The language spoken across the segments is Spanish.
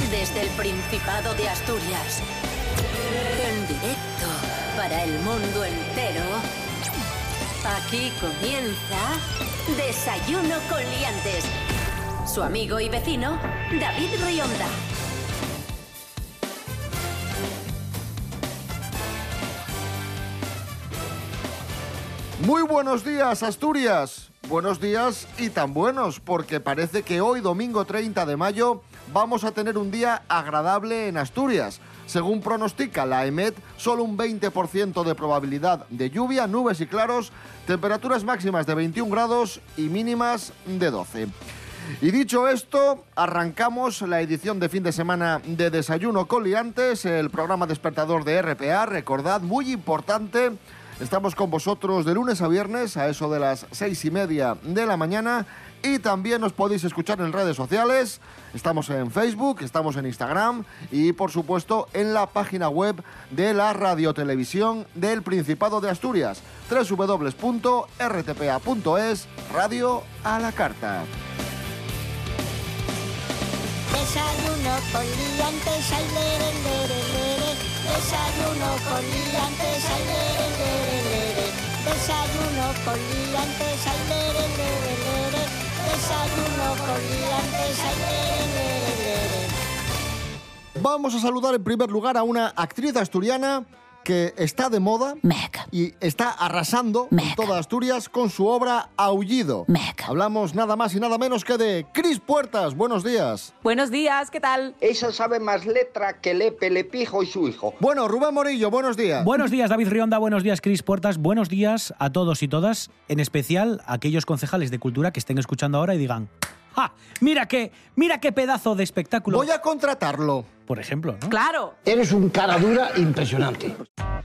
Desde el Principado de Asturias, en directo para el mundo entero, aquí comienza Desayuno con Liantes. Su amigo y vecino, David Rionda. Muy buenos días, Asturias. Buenos días y tan buenos, porque parece que hoy, domingo 30 de mayo, vamos a tener un día agradable en Asturias. Según pronostica la EMET, solo un 20% de probabilidad de lluvia, nubes y claros, temperaturas máximas de 21 grados y mínimas de 12. Y dicho esto, arrancamos la edición de fin de semana de Desayuno con Liantes, el programa despertador de RPA. Recordad, muy importante, estamos con vosotros de lunes a viernes a eso de las 6:30 de la mañana. Y también nos podéis escuchar en redes sociales. Estamos en Facebook, estamos en Instagram y, por supuesto, en la página web de la Radiotelevisión del Principado de Asturias, www.rtpa.es, Radio a la Carta. Desayuno con liantes, ay, lere, lere, lere. Desayuno con liantes, ay, lere, lere, lere. Desayuno con liantes, ay, lere, lere, lere. Desayuno con liantes, ay, lere, lere, lere. Vamos a saludar en primer lugar a una actriz asturiana que está de moda y está arrasando en toda Asturias con su obra Aullido. Hablamos nada más y nada menos que de Cris Puertas. Buenos días. Buenos días, ¿qué tal? Esa sabe más letra que Lepe, Lepijo y su hijo. Bueno, Rubén Morillo, buenos días. Buenos días, David Rionda, buenos días, Cris Puertas, buenos días a todos y todas, en especial a aquellos concejales de cultura que estén escuchando ahora y digan: ¡ja! Mira qué pedazo de espectáculo. Voy a contratarlo. Por ejemplo, ¿no? ¡Claro! Eres un cara dura impresionante.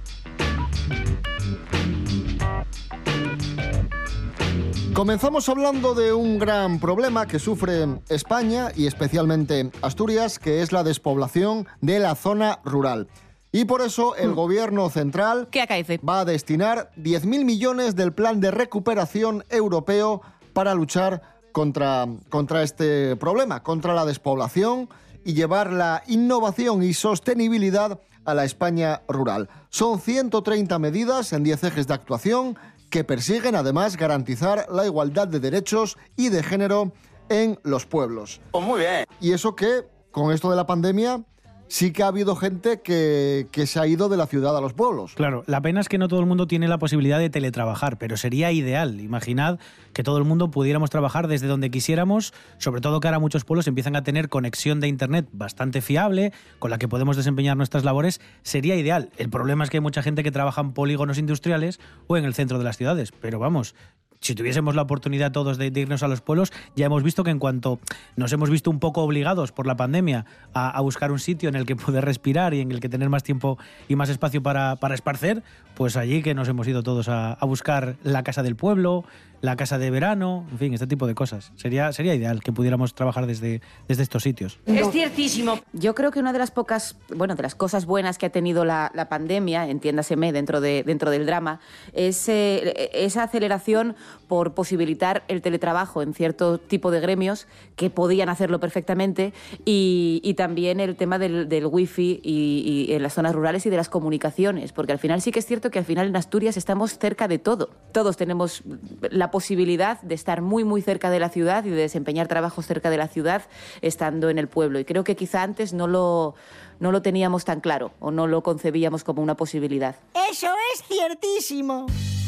Comenzamos hablando de un gran problema que sufre España y especialmente Asturias, que es la despoblación de la zona rural. Y por eso el gobierno central ¿Qué acaece? va a destinar 10.000 millones del plan de recuperación europeo para luchar contra este problema, contra la despoblación y llevar la innovación y sostenibilidad a la España rural. Son 130 medidas en 10 ejes de actuación que persiguen además garantizar la igualdad de derechos y de género en los pueblos. Pues muy bien. Y eso que, con esto de la pandemia, sí que ha habido gente que se ha ido de la ciudad a los pueblos. Claro, la pena es que no todo el mundo tiene la posibilidad de teletrabajar, pero sería ideal. Imaginad que todo el mundo pudiéramos trabajar desde donde quisiéramos, sobre todo que ahora muchos pueblos empiezan a tener conexión de internet bastante fiable, con la que podemos desempeñar nuestras labores. Sería ideal. El problema es que hay mucha gente que trabaja en polígonos industriales o en el centro de las ciudades, pero vamos, si tuviésemos la oportunidad todos de irnos a los pueblos, ya hemos visto que en cuanto nos hemos visto un poco obligados por la pandemia a buscar un sitio en el que poder respirar y en el que tener más tiempo y más espacio para esparcer, pues allí que nos hemos ido todos a buscar la casa del pueblo, la casa de verano, en fin, este tipo de cosas. Sería ideal que pudiéramos trabajar desde estos sitios. Es ciertísimo. Yo creo que una de las de las cosas buenas que ha tenido la pandemia, entiéndaseme, dentro del drama, es esa aceleración por posibilitar el teletrabajo en cierto tipo de gremios que podían hacerlo perfectamente y también el tema del wifi y en las zonas rurales y de las comunicaciones, porque al final sí que es cierto que al final en Asturias estamos cerca de todo. Todos tenemos la posibilidad de estar muy, muy cerca de la ciudad y de desempeñar trabajos cerca de la ciudad estando en el pueblo. Y creo que quizá antes no lo teníamos tan claro o no lo concebíamos como una posibilidad. Eso es ciertísimo.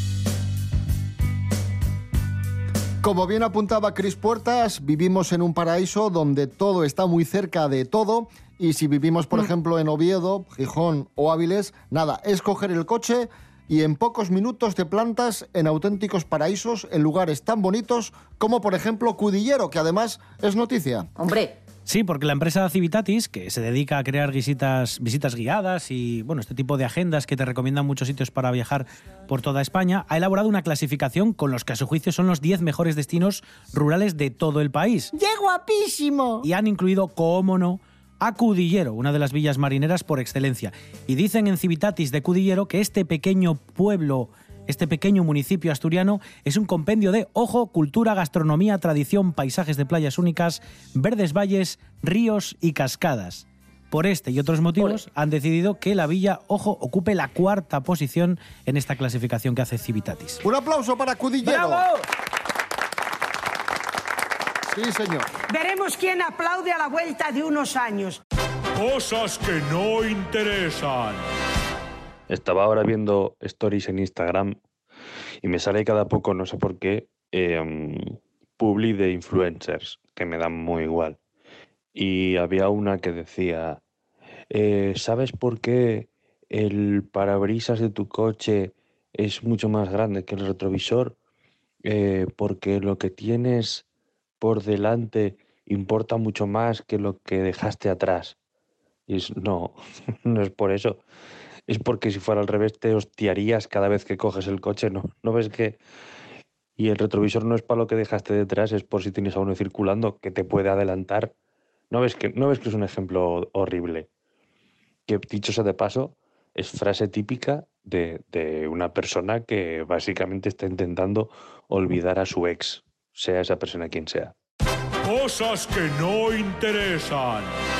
Como bien apuntaba Cris Puertas, vivimos en un paraíso donde todo está muy cerca de todo y si vivimos, por ejemplo, en Oviedo, Gijón o Áviles, nada, es coger el coche y en pocos minutos te plantas en auténticos paraísos, en lugares tan bonitos como, por ejemplo, Cudillero, que además es noticia. ¡Hombre! Sí, porque la empresa Civitatis, que se dedica a crear visitas guiadas y bueno, este tipo de agendas que te recomiendan muchos sitios para viajar por toda España, ha elaborado una clasificación con los que a su juicio son los 10 mejores destinos rurales de todo el país. ¡Qué guapísimo! Y han incluido, cómo no, a Cudillero, una de las villas marineras por excelencia. Y dicen en Civitatis de Cudillero que este pequeño pueblo Este pequeño municipio asturiano es un compendio de, ojo, cultura, gastronomía, tradición, paisajes de playas únicas, verdes valles, ríos y cascadas. Por este y otros motivos han decidido que la villa, ojo, ocupe la 4ª posición en esta clasificación que hace Civitatis. Un aplauso para Cudillero. ¡Bravo! Sí, señor. Veremos quién aplaude a la vuelta de unos años. Cosas que no interesan. Estaba ahora viendo stories en Instagram y me sale cada poco, no sé por qué, publi de influencers, que me dan muy igual. Y había una que decía, ¿sabes por qué el parabrisas de tu coche es mucho más grande que el retrovisor? Porque lo que tienes por delante importa mucho más que lo que dejaste atrás. Y no es por eso. Es porque si fuera al revés te hostiarías cada vez que coges el coche, ¿no ves que...? Y el retrovisor no es para lo que dejaste detrás, es por si tienes a uno circulando que te puede adelantar. ¿No ves que es un ejemplo horrible? Que, dicho sea de paso, es frase típica de una persona que básicamente está intentando olvidar a su ex, sea esa persona quien sea. Cosas que no interesan.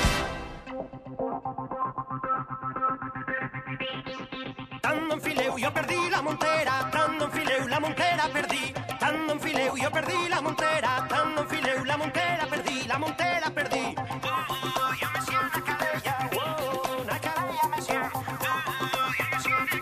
Tanto enfileu, yo perdí la montera, tanto enfileu, la montera perdí. Tanto enfileu, yo perdí la montera, tanto enfileu, la montera perdí, la montera perdí. Yo me siento una calella, una calella me siento. Yo me siento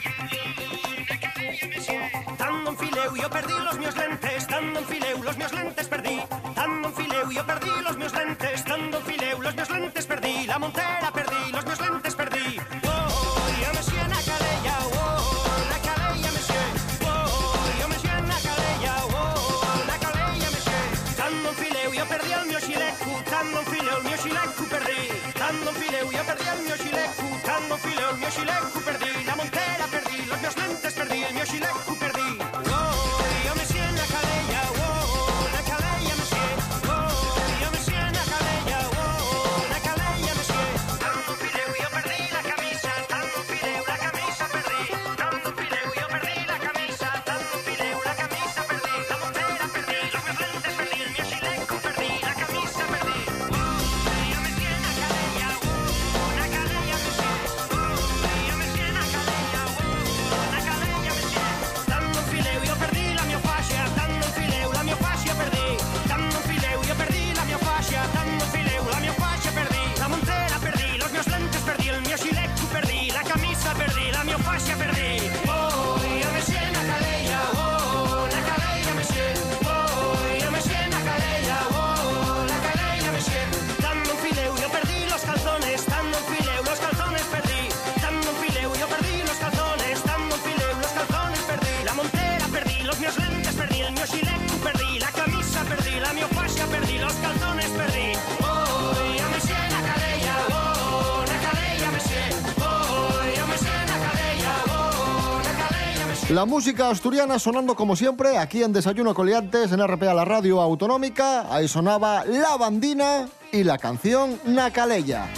una calella me siento. Tanto enfileu, yo perdí los míos lentes, tanto enfileu, los míos lentes perdí. Tanto enfileu, yo perdí los míos lentes, tanto enfileu, los míos lentes perdí, la montera perdí, los míos lentes perdí. Yo me siento una calella, una calella me siento. Yo me siento una calella, una calella me siento. Tanto enfileu, yo perdí el mío xilecu, tanto enfileu, el mío xilecu perdí. Tanto enfileu, yo perdí el mío xilecu, tanto enfileu, el mío xilecu perdí. La montera perdí, los míos lentes perdí, el mío xilecu perdí. Yo me siento una calella, una calella me siento. Yo me siento una calella, una calella me siento. Tanto enfileu, yo perdí la camisa, tanto enfileu, la camisa perdí. Tanto enfileu, yo perdí la camisa, tanto enfileu, la camisa perdí. La montera perdí, los míos lentes perdí, el mío xilecu perdí, la camisa perdí. Yo me siento una calella, una calella me siento. Yo me siento una calella, una calella me siento. Tanto enfileu, yo perdí la mia fascia, tanto enfileu, la mia fascia perdí. Tanto enfileu, yo perdí la mia fascia, tanto enfileu, la mia fascia perdí. La montera perdí, los míos lentes perdí, el mío xilecu perdí, la camisa perdí, la mia fascia perdí. Yo me siento una calella, una calella me siento. Yo me siento una calella, una calella me siento. Tanto enfileu, yo perdí los calzones, tanto enfileu, los calzones perdí. Tanto enfileu, yo perdí los calzones, tanto enfileu, los calzones perdí. La montera perdí, los míos lentes perdí, el mío xilecu perdí, la camisa perdí, la mia fascia perdí, los calzones perdí. Yo me siento una calella, una calella me siento. Yo me siento una calella, una calella me siento. La música asturiana sonando como siempre aquí en Desayuno con Liantes en RPA, la radio autonómica. Ahí sonaba La Bandina y la canción Nacaleya.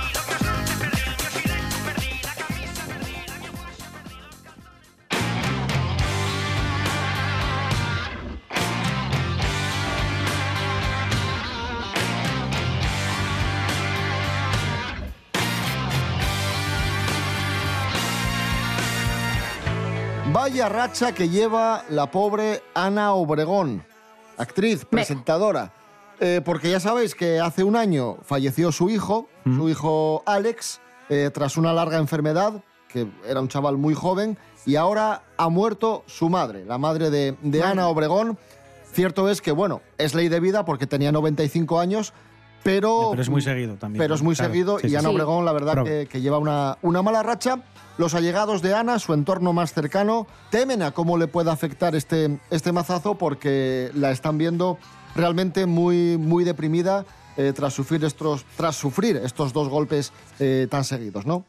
Vaya racha que lleva la pobre Ana Obregón, actriz, presentadora. Porque ya sabéis que hace un año falleció su hijo Alex, tras una larga enfermedad, que era un chaval muy joven, y ahora ha muerto su madre, la madre de Ana Obregón. Cierto es que, bueno, es ley de vida porque tenía 95 años, pero es muy seguido también. Pero es muy seguido y Ana Obregón, la verdad, que lleva una mala racha. Los allegados de Ana, su entorno más cercano, temen a cómo le pueda afectar este mazazo porque la están viendo realmente muy, muy deprimida tras sufrir estos dos golpes tan seguidos, ¿no?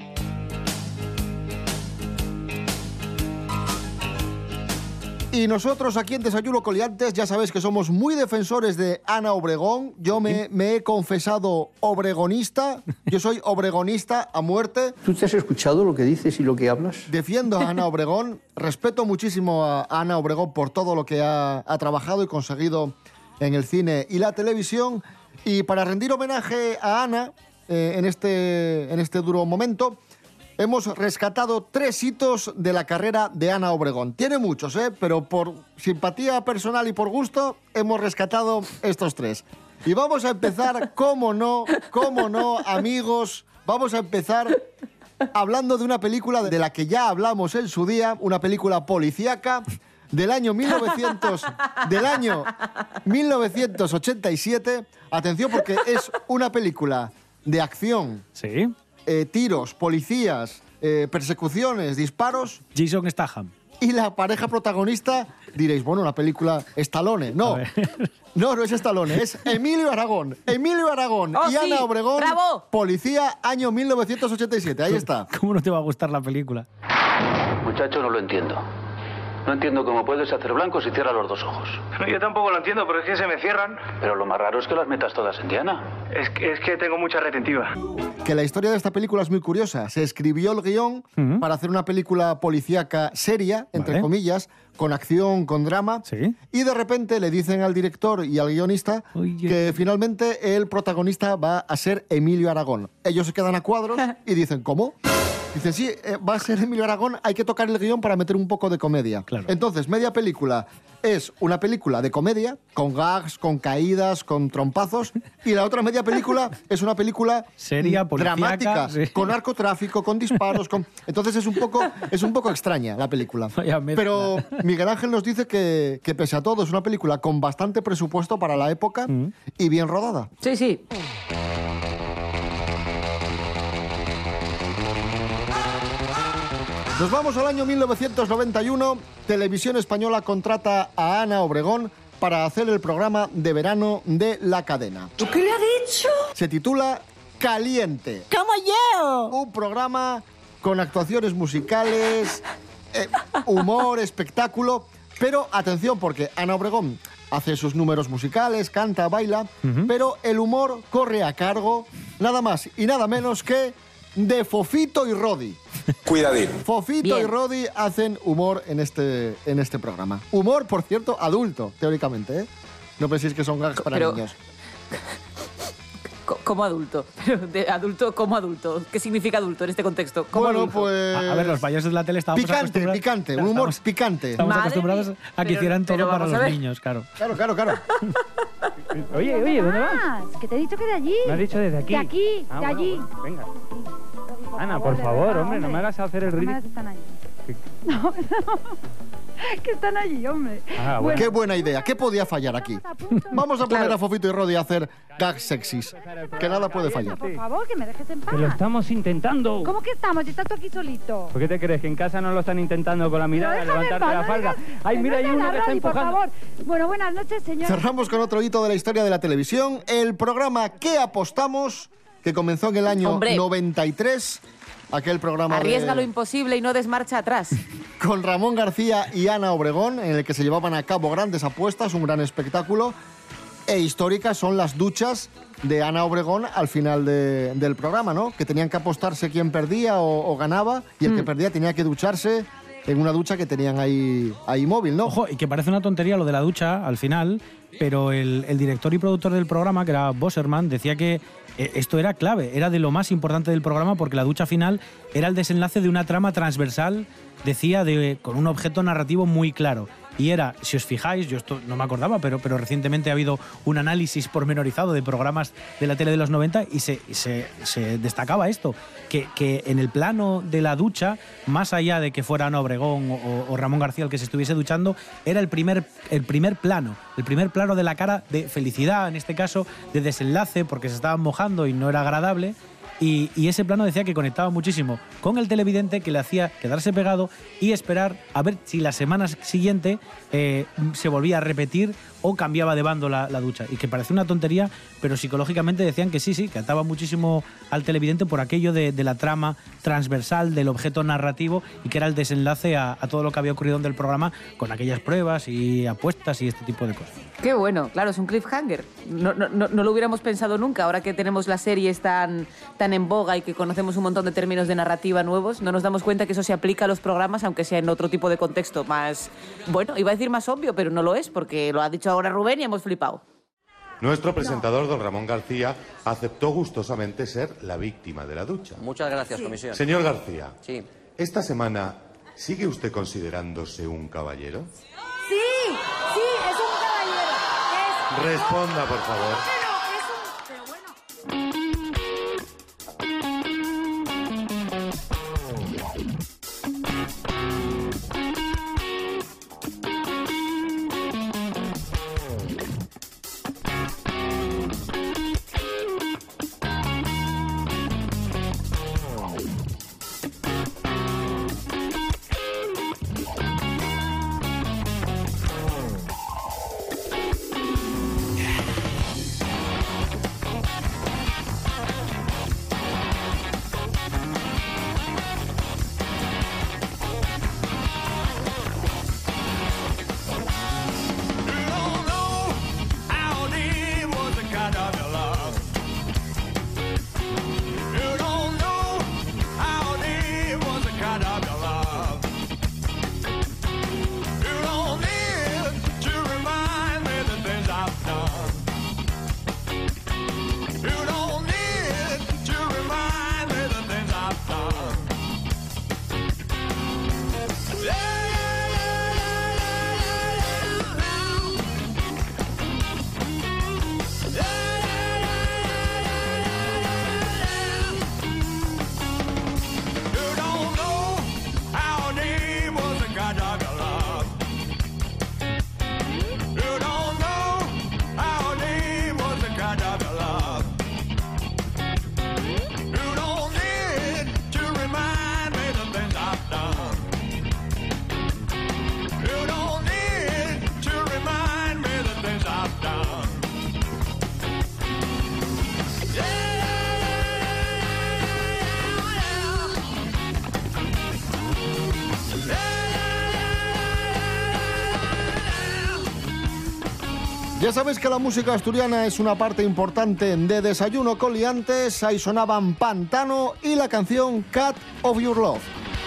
Y nosotros aquí en Desayuno con Liantes ya sabéis que somos muy defensores de Ana Obregón. Yo me he confesado obregonista. Yo soy obregonista a muerte. ¿Tú te has escuchado lo que dices y lo que hablas? Defiendo a Ana Obregón. Respeto muchísimo a Ana Obregón por todo lo que ha trabajado y conseguido en el cine y la televisión. Y para rendir homenaje a Ana en este duro momento, hemos rescatado 3 hitos de la carrera de Ana Obregón. Tiene muchos, pero por simpatía personal y por gusto hemos rescatado estos 3. Y vamos a empezar, cómo no, amigos, vamos a empezar hablando de una película de la que ya hablamos en su día, una película policíaca del año 1987. Atención, porque es una película de acción. Sí. Tiros, policías, persecuciones, disparos. Jason Statham. Y la pareja protagonista, diréis, bueno, una película Stallone. No, no es Stallone, es Emilio Aragón. Emilio Aragón y Ana Obregón, ¡bravo! Policía, año 1987. Ahí está. ¿Cómo no te va a gustar la película? Muchacho, no lo entiendo. No entiendo cómo puedes hacer blanco si cierras los 2 ojos. No, yo tampoco lo entiendo, pero es que se me cierran. Pero lo más raro es que las metas todas en Diana. Es que tengo mucha retentiva. Que la historia de esta película es muy curiosa. Se escribió el guión para hacer una película policíaca seria, entre comillas, con acción, con drama. ¿Sí? Y de repente le dicen al director y al guionista que finalmente el protagonista va a ser Emilio Aragón. Ellos se quedan a cuadros y dicen, ¿cómo? Dicen, sí, va a ser Emilio Aragón, hay que tocar el guión para meter un poco de comedia. Claro. Entonces, media película es una película de comedia, con gags, con caídas, con trompazos, y la otra media película es una película seria, dramática, sí, con narcotráfico, con disparos, Entonces es un poco extraña la película. Pero Miguel Ángel nos dice que pese a todo es una película con bastante presupuesto para la época y bien rodada. Sí, sí. Nos vamos al año 1991. Televisión Española contrata a Ana Obregón para hacer el programa de verano de la cadena. ¿Tú qué le has dicho? Se titula Caliente. ¡Como yo! Un programa con actuaciones musicales, humor, espectáculo. Pero atención, porque Ana Obregón hace sus números musicales, canta, baila, pero el humor corre a cargo nada más y nada menos que de Fofito y Rodi. Cuidadín. Fofito y Rodi hacen humor en este programa. Humor, por cierto, adulto, teóricamente, ¿eh? No penséis que son gags para niños. Como adulto. Pero de adulto como adulto. ¿Qué significa adulto en este contexto? ¿Cómo bueno, adulto? pues... A ver, los payasos de la tele estábamos acostumbrados... Picante, un humor picante. Estamos acostumbrados a que hicieran todo para los niños, claro. Claro. Oye, ¿dónde vas? Que te he dicho que de allí. Me has dicho desde aquí. De aquí, de allí. Bueno, venga. Ana, por favor, hombre, no me hagas hacer el ridículo. Están allí. No, que están allí, hombre. Bueno. Qué buena idea. ¿Qué podía fallar aquí? Vamos a poner a Fofito y Rodi a hacer gags sexys. Que nada puede fallar. Por favor, que me dejes en paz. Que lo estamos intentando. ¿Cómo que estamos? ¿Estás tú aquí solito? ¿Por qué te crees? ¿Que en casa no lo están intentando con la mirada, levantarte la falda? Ay, mira, hay uno que está empujando. Por favor. Bueno, buenas noches, señor. Cerramos con otro hito de la historia de la televisión. El programa ¿Qué apostamos?, que comenzó en el año 93. Aquel programa Arriesga lo imposible y no des marcha atrás. Con Ramón García y Ana Obregón, en el que se llevaban a cabo grandes apuestas, un gran espectáculo. E históricas son las duchas de Ana Obregón al final del programa, ¿no? Que tenían que apostarse quién perdía o ganaba, y el que perdía tenía que ducharse en una ducha que tenían ahí móvil, ¿no? Ojo, y que parece una tontería lo de la ducha al final, pero el director y productor del programa, que era Bosserman, decía que esto era clave, era de lo más importante del programa, porque la ducha final era el desenlace de una trama transversal, decía, con un objeto narrativo muy claro. Y era, si os fijáis, yo esto no me acordaba, pero recientemente ha habido un análisis pormenorizado de programas de la tele de los 90 y se destacaba esto, que en el plano de la ducha, más allá de que fuera Ana Obregón o Ramón García el que se estuviese duchando, era el primer plano de la cara de felicidad, en este caso, de desenlace, porque se estaban mojando y no era agradable. Y ese plano decía que conectaba muchísimo con el televidente, que le hacía quedarse pegado y esperar a ver si la semana siguiente se volvía a repetir o cambiaba de bando la ducha. Y que parece una tontería, pero psicológicamente decían que sí, que ataba muchísimo al televidente por aquello de la trama transversal, del objeto narrativo, y que era el desenlace a todo lo que había ocurrido en el programa, con aquellas pruebas y apuestas y este tipo de cosas. Qué bueno, claro, es un cliffhanger. No lo hubiéramos pensado nunca. Ahora que tenemos las series tan en boga y que conocemos un montón de términos de narrativa nuevos, no nos damos cuenta que eso se aplica a los programas, aunque sea en otro tipo de contexto más, bueno, iba a decir más obvio, pero no lo es, porque lo ha dicho ahora Rubén y hemos flipado. Nuestro presentador, don Ramón García, aceptó gustosamente ser la víctima de la ducha. Muchas gracias, comisión. Señor García, sí. ¿Esta semana sigue usted considerándose un caballero? Sí, es un caballero. Responda, por favor. Ya sabéis que la música asturiana es una parte importante de Desayuno con Liantes. Ahí sonaban Pantano y la canción Cat of Your Love.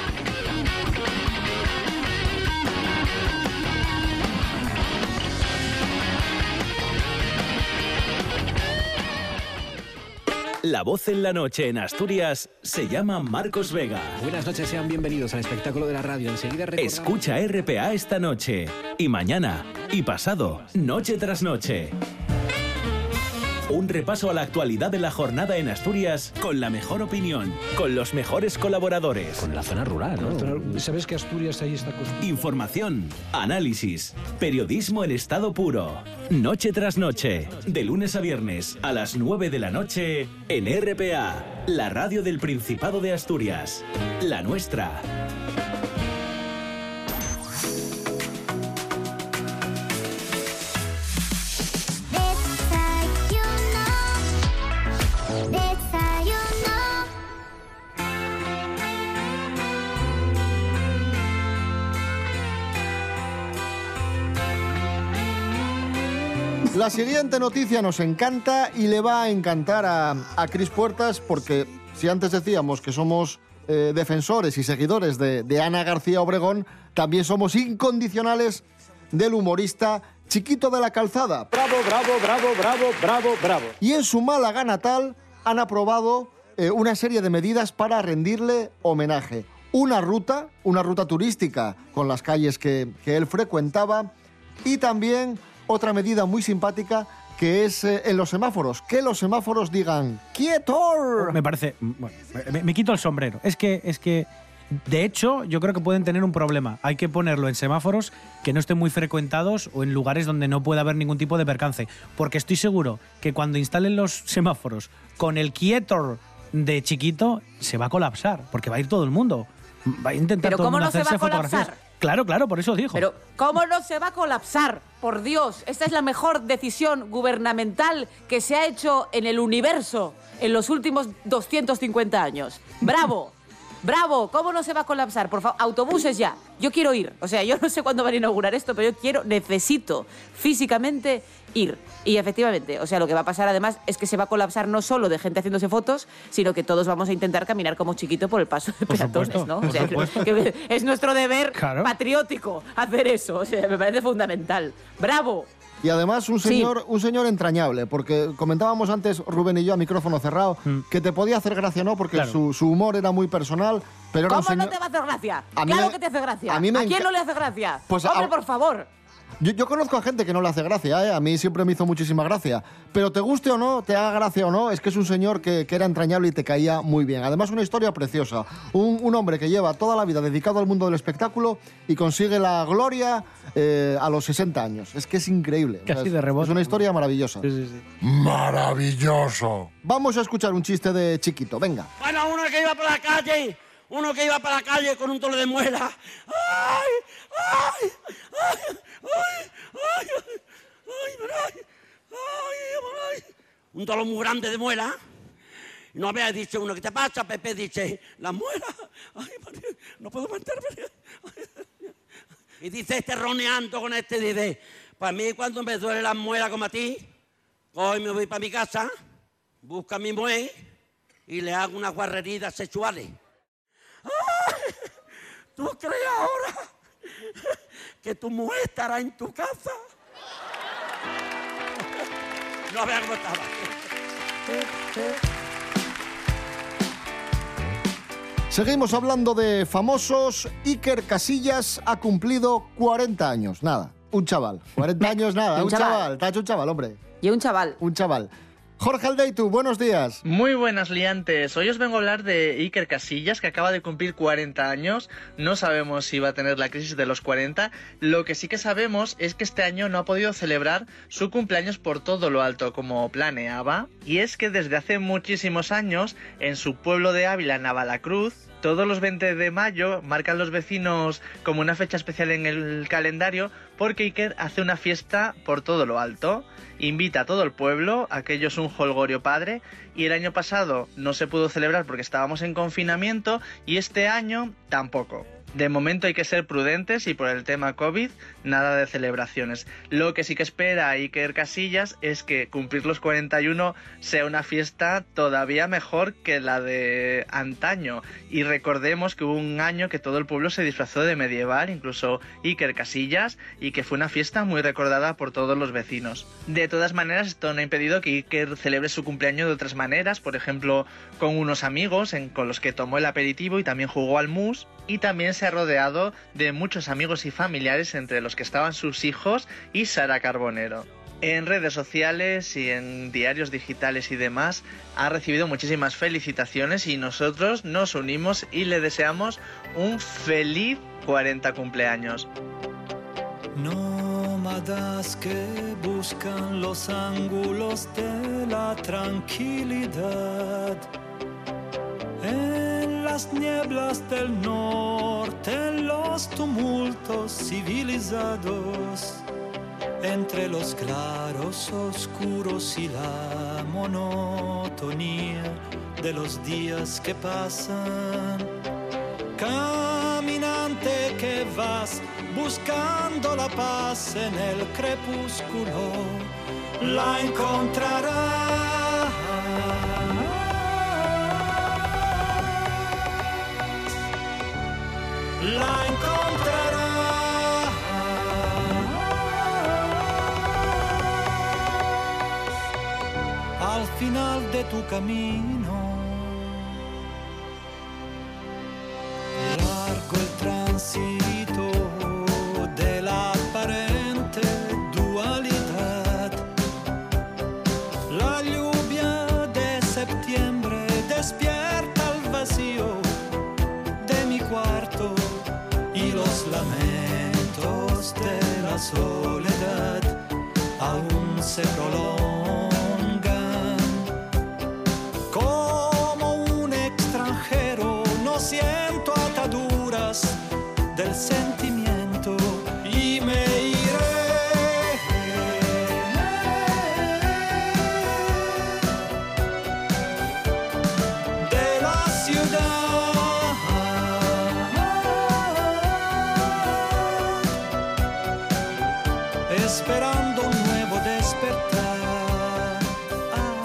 La voz en la noche en Asturias se llama Marcos Vega. Buenas noches, sean bienvenidos al espectáculo de la radio. Enseguida recordamos... Escucha RPA esta noche, y mañana, y pasado, noche tras noche. Un repaso a la actualidad de la jornada en Asturias con la mejor opinión, con los mejores colaboradores. Con la zona rural, ¿no? ¿Sabes que Asturias ahí está acostumbrado? Información, análisis, periodismo en estado puro. Noche tras noche, de lunes a viernes a las 9 de la noche en RPA, la radio del Principado de Asturias. La nuestra. La siguiente noticia nos encanta y le va a encantar a Cris Puertas, porque si antes decíamos que somos defensores y seguidores de Ana García Obregón, también somos incondicionales del humorista Chiquito de la Calzada. Bravo, bravo, bravo, bravo, bravo, bravo. Y en su Málaga natal han aprobado una serie de medidas para rendirle homenaje. Una ruta turística con las calles que él frecuentaba, y también otra medida muy simpática que es en los semáforos. Que los semáforos digan ¡quietor! Me parece... Bueno, me quito el sombrero. Es que, de hecho, yo creo que pueden tener un problema. Hay que ponerlo en semáforos que no estén muy frecuentados o en lugares donde no pueda haber ningún tipo de percance. Porque estoy seguro que cuando instalen los semáforos con el quietor de Chiquito, se va a colapsar. Porque va a ir todo el mundo. Va a intentar ¿Pero todo el cómo mundo no se va hacerse a colapsar? fotografías. Claro, por eso dijo. Pero, ¿cómo no se va a colapsar? Por Dios, esta es la mejor decisión gubernamental que se ha hecho en el universo en los últimos 250 años. ¡Bravo! ¡Bravo! ¿Cómo no se va a colapsar? Por favor, autobuses ya. Yo quiero ir. O sea, yo no sé cuándo van a inaugurar esto, pero yo necesito físicamente ir. Y efectivamente, o sea, lo que va a pasar además es que se va a colapsar no solo de gente haciéndose fotos, sino que todos vamos a intentar caminar como Chiquito por el paso de peatones, ¿no? O sea, que es nuestro deber patriótico hacer eso. O sea, me parece fundamental. ¡Bravo! Y además un señor entrañable, porque comentábamos antes, Rubén y yo, a micrófono cerrado, que te podía hacer gracia, ¿no? Porque su humor era muy personal, pero era ¿Cómo no te va a hacer gracia? Claro que te hace gracia. ¿A quién no le hace gracia? Pues hombre, por favor. Yo conozco a gente que no le hace gracia, ¿eh? A mí siempre me hizo muchísima gracia. Pero te guste o no, te haga gracia o no, es que es un señor que era entrañable y te caía muy bien. Además, una historia preciosa. Un hombre que lleva toda la vida dedicado al mundo del espectáculo y consigue la gloria a los 60 años. Es que es increíble. Casi de rebote. Es una historia maravillosa. Sí. ¡Maravilloso! Vamos a escuchar un chiste de Chiquito, venga. Bueno, uno que iba por la calle con un tolo de muela. ¡Ay! ¡Ay! ¡Ay! ¡Ay! ¡Ay! ¡Ay! ¡Ay! Un tolo muy grande de muela. Y no había dicho uno, ¿qué te pasa, Pepe? Dice, la muela. Ay, María, no puedo meterme. Y dice este roneando con este, dice, para mí cuando me duele la muela como a ti, hoy me voy para mi casa, busco a mi mujer y le hago unas guarreridas sexuales. ¡Ay! ¿Tú crees ahora que tu mujer estará en tu casa? No veas cómo estaba. Seguimos hablando de famosos. Iker Casillas ha cumplido 40 años. Nada, un chaval. 40 años, nada, un chaval. Te ha hecho un chaval, hombre. Y un chaval. Un chaval. Jorge Aldeitu, buenos días. Muy buenas, liantes. Hoy os vengo a hablar de Iker Casillas, que acaba de cumplir 40 años. No sabemos si va a tener la crisis de los 40. Lo que sí que sabemos es que este año no ha podido celebrar su cumpleaños por todo lo alto como planeaba. Y es que desde hace muchísimos años, en su pueblo de Ávila, Navalacruz, todos los 20 de mayo marcan los vecinos como una fecha especial en el calendario porque Iker hace una fiesta por todo lo alto. Invita a todo el pueblo, aquello es un jolgorio padre, y el año pasado no se pudo celebrar porque estábamos en confinamiento y este año tampoco. De momento hay que ser prudentes y por el tema COVID, nada de celebraciones. Lo que sí que espera Iker Casillas es que cumplir los 41 sea una fiesta todavía mejor que la de antaño. Y recordemos que hubo un año que todo el pueblo se disfrazó de medieval, incluso Iker Casillas, y que fue una fiesta muy recordada por todos los vecinos. De todas maneras, esto no ha impedido que Iker celebre su cumpleaños de otras maneras, por ejemplo, con unos amigos con los que tomó el aperitivo y también jugó al mus, y también se ha rodeado de muchos amigos y familiares, entre los que estaban sus hijos y Sara Carbonero. En redes sociales y en diarios digitales y demás ha recibido muchísimas felicitaciones y nosotros nos unimos y le deseamos un feliz 40 cumpleaños. Nómadas que buscan los ángulos de la tranquilidad. En las nieblas del norte, en los tumultos civilizados, entre los claros oscuros y la monotonía de los días que pasan. Caminante que vas buscando la paz en el crepúsculo, la encontrarás. La encontrarás. Al final de tu camino. Largo el tránsito de la aparente dualidad. La lluvia de septiembre despierta el vacío de mi cuarto y los lamentos de la soledad aún se prolongan. Como un extranjero no siento ataduras del sentimiento.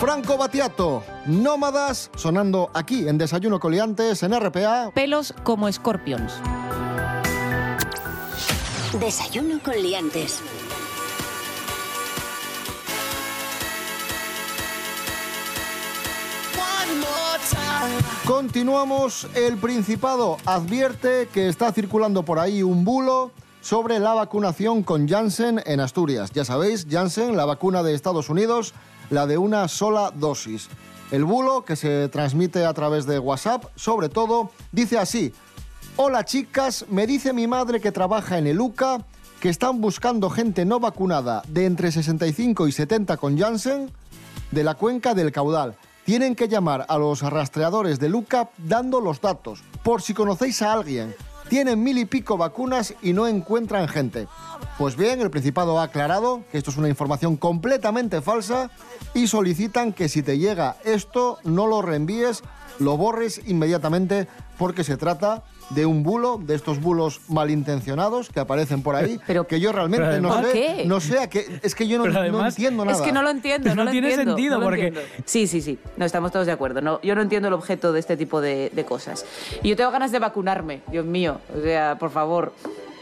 Franco Battiato, Nómadas, sonando aquí en Desayuno con Liantes en RPA. Pelos como Scorpions. Desayuno con Liantes. Continuamos. El Principado advierte que está circulando por ahí un bulo sobre la vacunación con Janssen en Asturias. Ya sabéis, Janssen, la vacuna de Estados Unidos, la de una sola dosis. El bulo, que se transmite a través de WhatsApp, sobre todo, dice así: hola chicas, me dice mi madre que trabaja en el UCA que están buscando gente no vacunada de entre 65 y 70 con Janssen de la cuenca del Caudal. Tienen que llamar a los rastreadores del UCA dando los datos, por si conocéis a alguien. Tienen 1000 y pico vacunas y no encuentran gente. Pues bien, el Principado ha aclarado que esto es una información completamente falsa y solicitan que si te llega esto, no lo reenvíes, lo borres inmediatamente, porque se trata de un bulo, de estos bulos malintencionados que aparecen por ahí, pero que yo realmente además, no sé a qué, es que yo no entiendo nada. Es que no lo entiendo, no tiene sentido, porque... Sí, no estamos todos de acuerdo. No, yo no entiendo el objeto de este tipo de cosas. Y yo tengo ganas de vacunarme, Dios mío, o sea, por favor.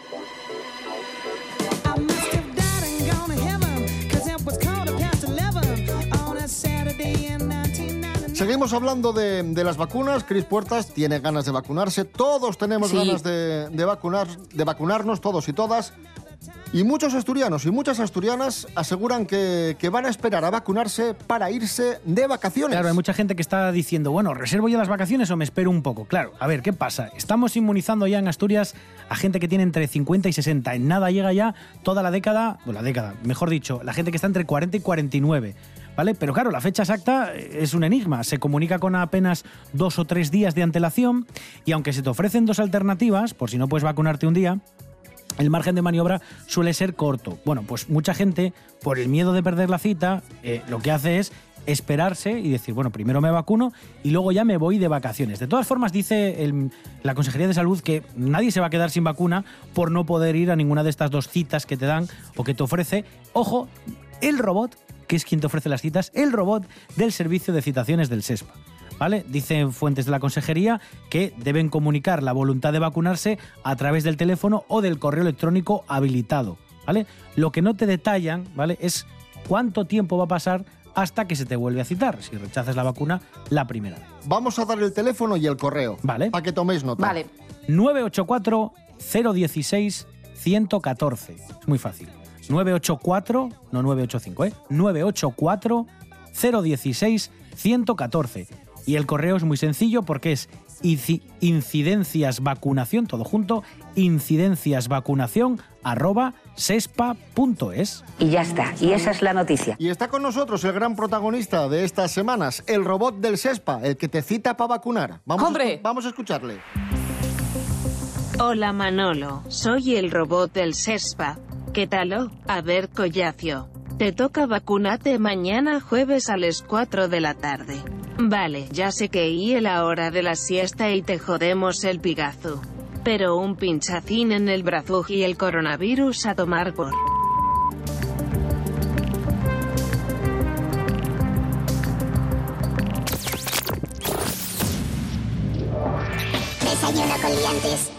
Seguimos hablando de las vacunas. Cris Puertas tiene ganas de vacunarse. Todos tenemos ganas de vacunarnos, todos y todas. Y muchos asturianos y muchas asturianas aseguran que van a esperar a vacunarse para irse de vacaciones. Claro, hay mucha gente que está diciendo, bueno, ¿reservo ya las vacaciones o me espero un poco? Claro, a ver, ¿qué pasa? Estamos inmunizando ya en Asturias a gente que tiene entre 50 y 60. En nada llega ya toda la década, mejor dicho, la gente que está entre 40 y 49. ¿Vale? Pero claro, la fecha exacta es un enigma. Se comunica con apenas 2 o 3 días de antelación y aunque se te ofrecen 2 alternativas, por si no puedes vacunarte un día, el margen de maniobra suele ser corto. Bueno, pues mucha gente, por el miedo de perder la cita, lo que hace es esperarse y decir, bueno, primero me vacuno y luego ya me voy de vacaciones. De todas formas, dice la Consejería de Salud que nadie se va a quedar sin vacuna por no poder ir a ninguna de estas 2 citas que te dan o que te ofrece. Ojo, el robot, que es quien te ofrece las citas, el robot del servicio de citaciones del SESPA. ¿Vale? Dicen fuentes de la Consejería que deben comunicar la voluntad de vacunarse a través del teléfono o del correo electrónico habilitado. ¿Vale? Lo que no te detallan, ¿vale?, es cuánto tiempo va a pasar hasta que se te vuelve a citar, si rechazas la vacuna la primera vez. Vamos a dar el teléfono y el correo, ¿vale?, para que toméis nota. Vale. 984 016 114. Es muy fácil. 984, no 985, 984 016 114. Y el correo es muy sencillo porque es incidenciasvacunación, todo junto, incidenciasvacunación@sespa.es. Y ya está, y esa es la noticia. Y está con nosotros el gran protagonista de estas semanas, el robot del SESPA, el que te cita para vacunar. Vamos a escucharle. Hola Manolo, soy el robot del SESPA. ¿Qué tal? A ver, Collacio, te toca vacunarte mañana jueves a las 4 de la tarde. Vale, ya sé que es la hora de la siesta y te jodemos el pigazo. Pero un pinchacín en el brazo y el coronavirus a tomar por... Desayuno con Liantes.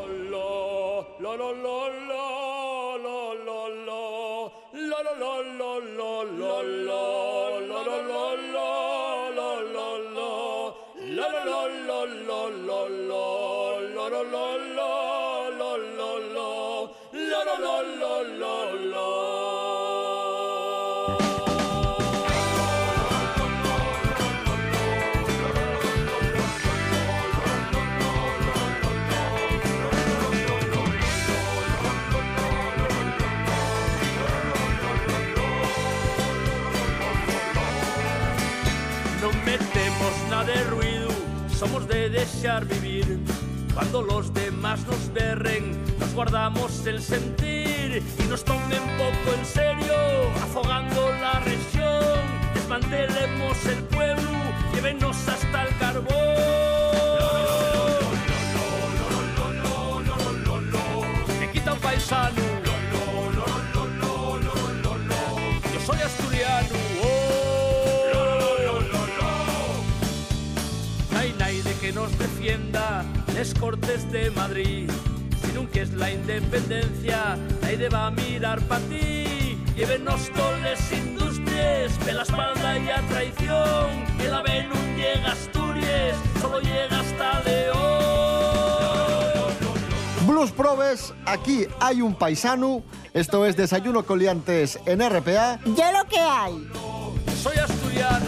No metemos nada de ruido, somos de desear vivir. Cuando los demás nos berren, nos guardamos el sentir y nos tomen poco en serio, afogando la región. Desmantelemos el pueblo, llévenos hasta el carbón. Me quita un paisano, yo soy asturiano. les Cortes de Madrid. Si nunca es la independencia, nadie va a mirar pa' ti. Llévenos todos les industries, pe la espalda y a traición. El AVE no llega a Asturias, solo llega hasta León. Blues Probes, aquí hay un paisano. Esto es Desayuno con Liantes en RPA. Yo lo que hay. Soy asturiano.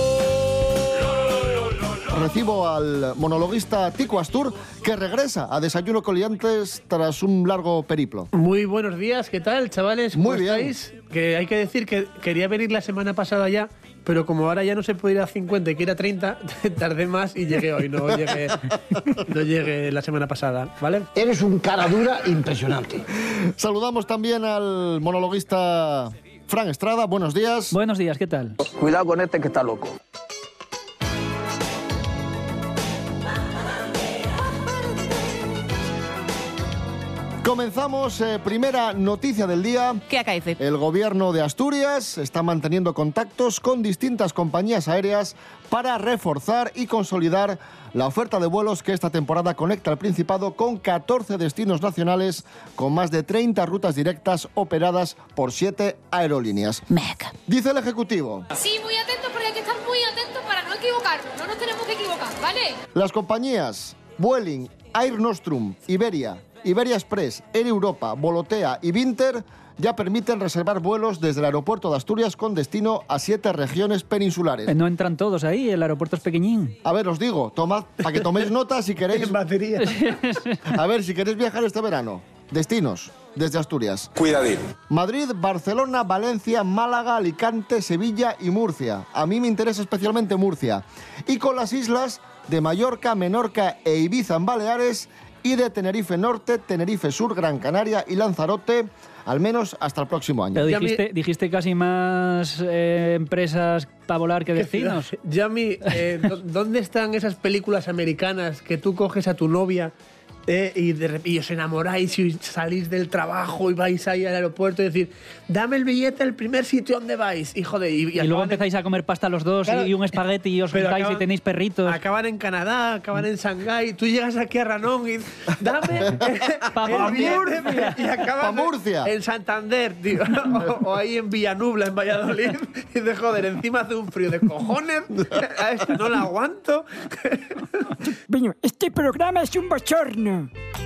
Recibo al monologuista Tico Astur, que regresa a Desayuno con Liantes tras un largo periplo. Muy buenos días, ¿qué tal, chavales? ¿Cómo Muy bien. estáis? Que hay que decir que quería venir la semana pasada ya, pero como ahora ya no se puede ir a 50 y que ir a 30, tardé más y llegué hoy, no llegué la semana pasada, ¿vale? Eres un cara dura impresionante. Saludamos también al monologuista Fran Estrada. Buenos días. Buenos días, ¿qué tal? Cuidado con este que está loco. Comenzamos, primera noticia del día. ¿Qué acaece? El gobierno de Asturias está manteniendo contactos con distintas compañías aéreas para reforzar y consolidar la oferta de vuelos que esta temporada conecta al Principado con 14 destinos nacionales con más de 30 rutas directas operadas por 7 aerolíneas. Dice el Ejecutivo. Sí, muy atentos porque hay que estar muy atentos para no equivocarnos. No nos tenemos que equivocar, ¿vale? Las compañías Vueling, Air Nostrum, Iberia, Iberia Express, Air Europa, Volotea y Vinter ya permiten reservar vuelos desde el aeropuerto de Asturias con destino a 7 regiones peninsulares. No entran todos ahí, el aeropuerto es pequeñín. A ver, os digo, tomad, para que toméis nota si queréis... En batería. A ver, si queréis viajar este verano. Destinos desde Asturias. Cuidadín. Madrid, Barcelona, Valencia, Málaga, Alicante, Sevilla y Murcia. A mí me interesa especialmente Murcia. Y con las islas de Mallorca, Menorca e Ibiza en Baleares y de Tenerife Norte, Tenerife Sur, Gran Canaria y Lanzarote, al menos hasta el próximo año. Pero dijiste casi más empresas para volar que destinos. Yami, ¿dónde están esas películas americanas que tú coges a tu novia y os enamoráis y salís del trabajo y vais ahí al aeropuerto y decir, dame el billete del primer sitio donde vais, hijo de... Y luego empezáis a comer pasta los dos, claro, y un espagueti y os juntáis y tenéis perritos. Acaban en Canadá, acaban en Shanghái, tú llegas aquí a Ranón y dame el billete y acaban Murcia. En Santander, tío, o ahí en Villanubla, en Valladolid, y de joder, encima hace un frío de cojones, a esta no la aguanto. Bueno, este programa es un bochorno.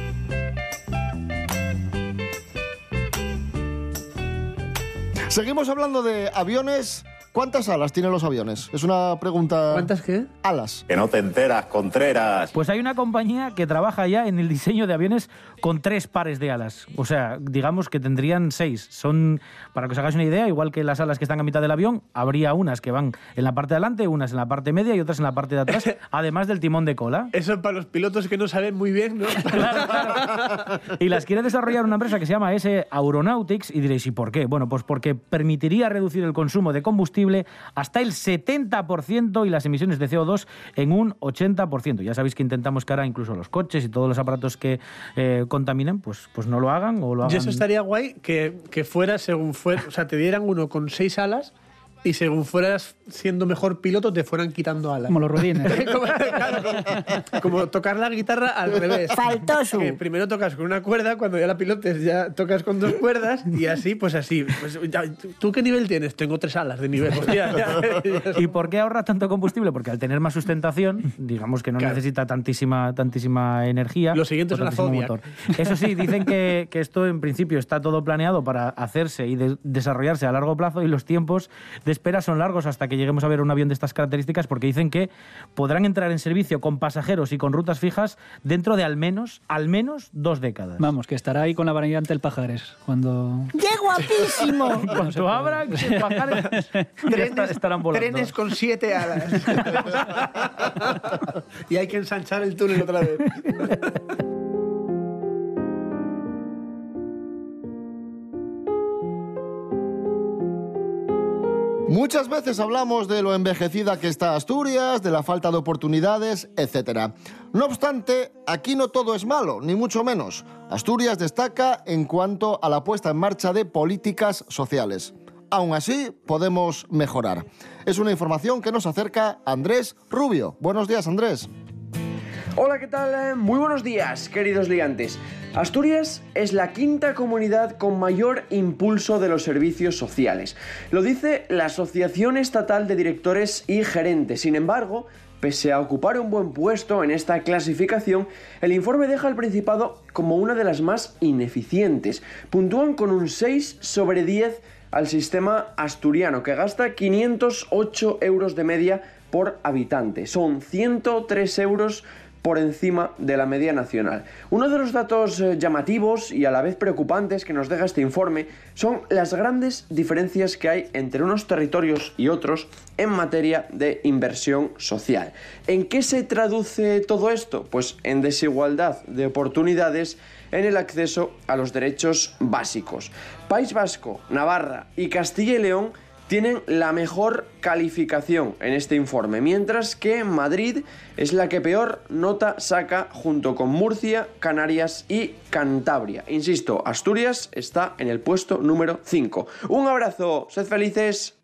Seguimos hablando de aviones. ¿Cuántas alas tienen los aviones? Es una pregunta... ¿Cuántas qué? Alas. Que no te enteras, Contreras. Pues hay una compañía que trabaja ya en el diseño de aviones con 3 pares de alas. O sea, digamos que tendrían 6. Son, para que os hagáis una idea, igual que las alas que están a mitad del avión, habría unas que van en la parte de adelante, unas en la parte media y otras en la parte de atrás, además del timón de cola. Eso es para los pilotos que no saben muy bien, ¿no? Claro. Y las quiere desarrollar una empresa que se llama S Aeronautics, y diréis, ¿y por qué? Bueno, pues porque permitiría reducir el consumo de combustible hasta el 70% y las emisiones de CO2 en un 80%. Ya sabéis que intentamos que ahora incluso los coches y todos los aparatos que contaminen, pues no lo hagan o lo hagan... Y eso estaría guay que fuera según fuera, o sea, te dieran uno con 6 alas y según fueras siendo mejor piloto te fueran quitando alas. Como los rudines. como tocar la guitarra al revés. Faltoso. Que primero tocas con una cuerda, cuando ya la pilotes ya tocas con 2 cuerdas y así, pues así. Pues, ¿tú qué nivel tienes? Tengo 3 alas de nivel. Hostia, ya. ¿Y por qué ahorra tanto combustible? Porque al tener más sustentación, digamos que no necesita tantísima energía. Lo siguiente es una Zodiac. Eso sí, dicen que esto en principio está todo planeado para hacerse y desarrollarse a largo plazo, y los tiempos de espera son largos hasta que lleguemos a ver un avión de estas características, porque dicen que podrán entrar en servicio con pasajeros y con rutas fijas dentro de al menos 2 décadas. Vamos, que estará ahí con la variante del Pajares cuando... ¡Qué guapísimo! Cuando abran, Pajares estarán volando. Trenes con 7 alas. Y hay que ensanchar el túnel otra vez. Muchas veces hablamos de lo envejecida que está Asturias, de la falta de oportunidades, etc. No obstante, aquí no todo es malo, ni mucho menos. Asturias destaca en cuanto a la puesta en marcha de políticas sociales. Aún así, podemos mejorar. Es una información que nos acerca Andrés Rubio. Buenos días, Andrés. Hola, ¿qué tal? Muy buenos días, queridos liantes. Asturias es la quinta comunidad con mayor impulso de los servicios sociales. Lo dice la Asociación Estatal de Directores y Gerentes. Sin embargo, pese a ocupar un buen puesto en esta clasificación, el informe deja al Principado como una de las más ineficientes. Puntúan con un 6 sobre 10 al sistema asturiano, que gasta 508 euros de media por habitante. Son 103 euros por encima de la media nacional. Uno de los datos llamativos y a la vez preocupantes que nos deja este informe son las grandes diferencias que hay entre unos territorios y otros en materia de inversión social. ¿En qué se traduce todo esto? Pues en desigualdad de oportunidades en el acceso a los derechos básicos. País Vasco, Navarra y Castilla y León tienen la mejor calificación en este informe, mientras que Madrid es la que peor nota saca junto con Murcia, Canarias y Cantabria. Insisto, Asturias está en el puesto número 5. Un abrazo, sed felices.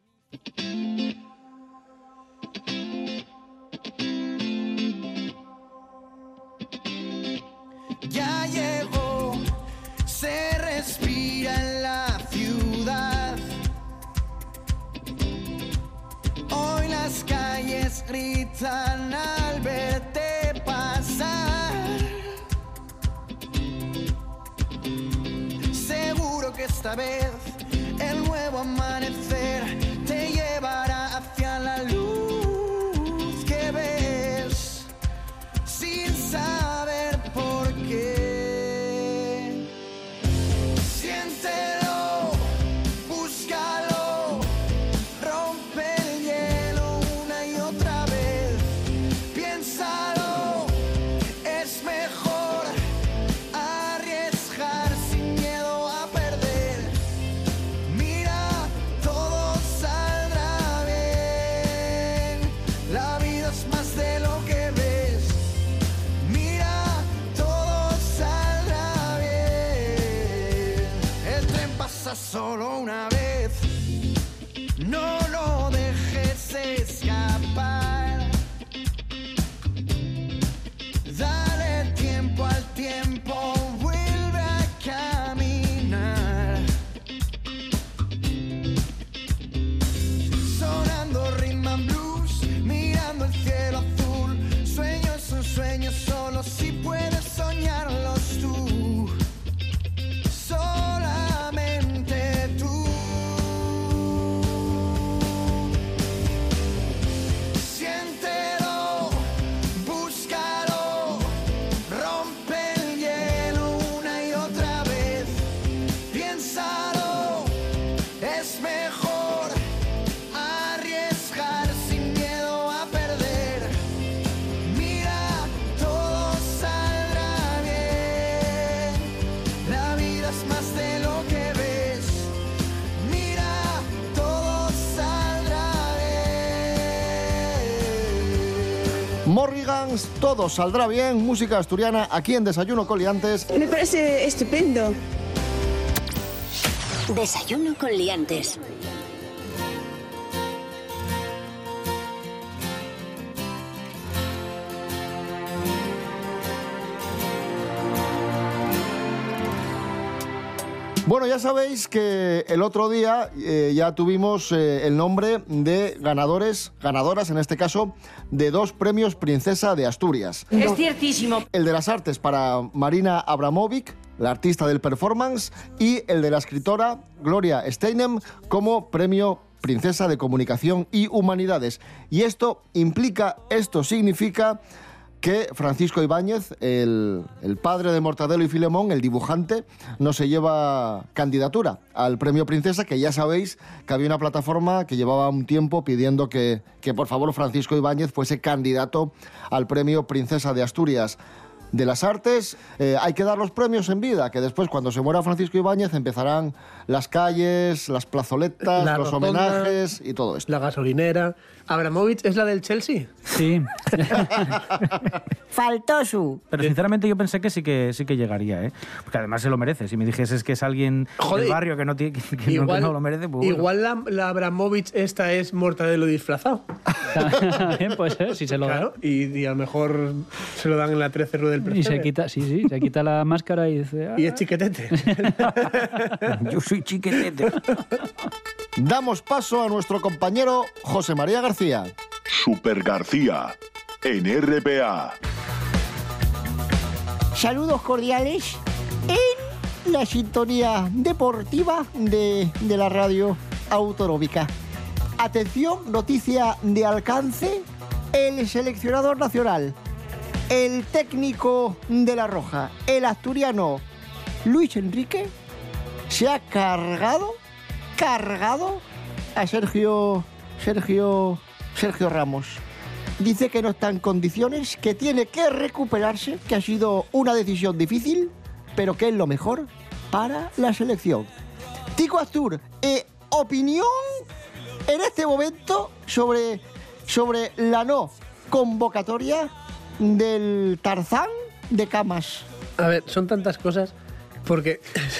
Ya llegó, se respira en la ciudad. Hoy las calles gritan al verte pasar. Seguro que esta vez el nuevo amanecer te llevará hacia la luz que ves sin saber por qué. Siéntelo, búscalo, rompe el hielo una y otra vez. Piénsalo, es mejor arriesgar sin miedo a perder. Mira, todo saldrá bien. La vida es más de lo que ves. Mira, todo saldrá bien. El tren pasa solo una vez. No lo dejes escapar. Dale tiempo al tiempo, vuelve a caminar. Sonando rhythm and blues, mirando el cielo azul. Sueños son sueños solo si puedes soñarlos tú. Solamente tú. Siéntelo, búscalo, rompe el hielo una y otra vez. Piénsalo, es mejor arriesgar sin miedo a perder. Mira, todo saldrá bien. La vida es más de lo que ves. Mira, todo saldrá bien. Morrigans, todo saldrá bien, música asturiana aquí en Desayuno con Liantes. Me parece estupendo. Desayuno con liantes. Bueno, ya sabéis que el otro día ya tuvimos el nombre de ganadoras en este caso, de 2 premios Princesa de Asturias. Es ciertísimo. El de las artes para Marina Abramovic, la artista del performance, y el de la escritora Gloria Steinem como premio Princesa de Comunicación y Humanidades. Y esto significa que Francisco Ibáñez, el padre de Mortadelo y Filemón, el dibujante, no se lleva candidatura al premio Princesa, que ya sabéis que había una plataforma que llevaba un tiempo pidiendo que por favor Francisco Ibáñez fuese candidato al premio Princesa de Asturias. de las artes. Hay que dar los premios en vida, que después, cuando se muera Francisco Ibáñez, empezarán las calles, las plazoletas, los rotonda, homenajes y todo esto. La gasolinera. ¿Abramovich es la del Chelsea? Sí. Faltó su. Pero sinceramente yo pensé que sí que llegaría, ¿eh? Porque además se lo merece. Si me dijeses que es alguien del barrio que no tiene, que no lo merece, pues bueno. Igual la Abramovich esta es Mortadelo disfrazado. Pues si se lo da. Y a lo mejor se lo dan en la 13 Rue del Presebre. Y se quita, se quita la máscara y dice... Y es chiquetete. Yo soy chiquetete. Damos paso a nuestro compañero José María García. Super García, en RPA. Saludos cordiales en la sintonía deportiva de la radio autonómica. Atención, noticia de alcance: el seleccionador nacional, el técnico de La Roja, el asturiano Luis Enrique, se ha cargado a Sergio Ramos. Dice que no está en condiciones, que tiene que recuperarse, que ha sido una decisión difícil, pero que es lo mejor para la selección. Tico Astur, opinión en este momento sobre la no convocatoria del Tarzán de Camas. A ver, son tantas cosas, porque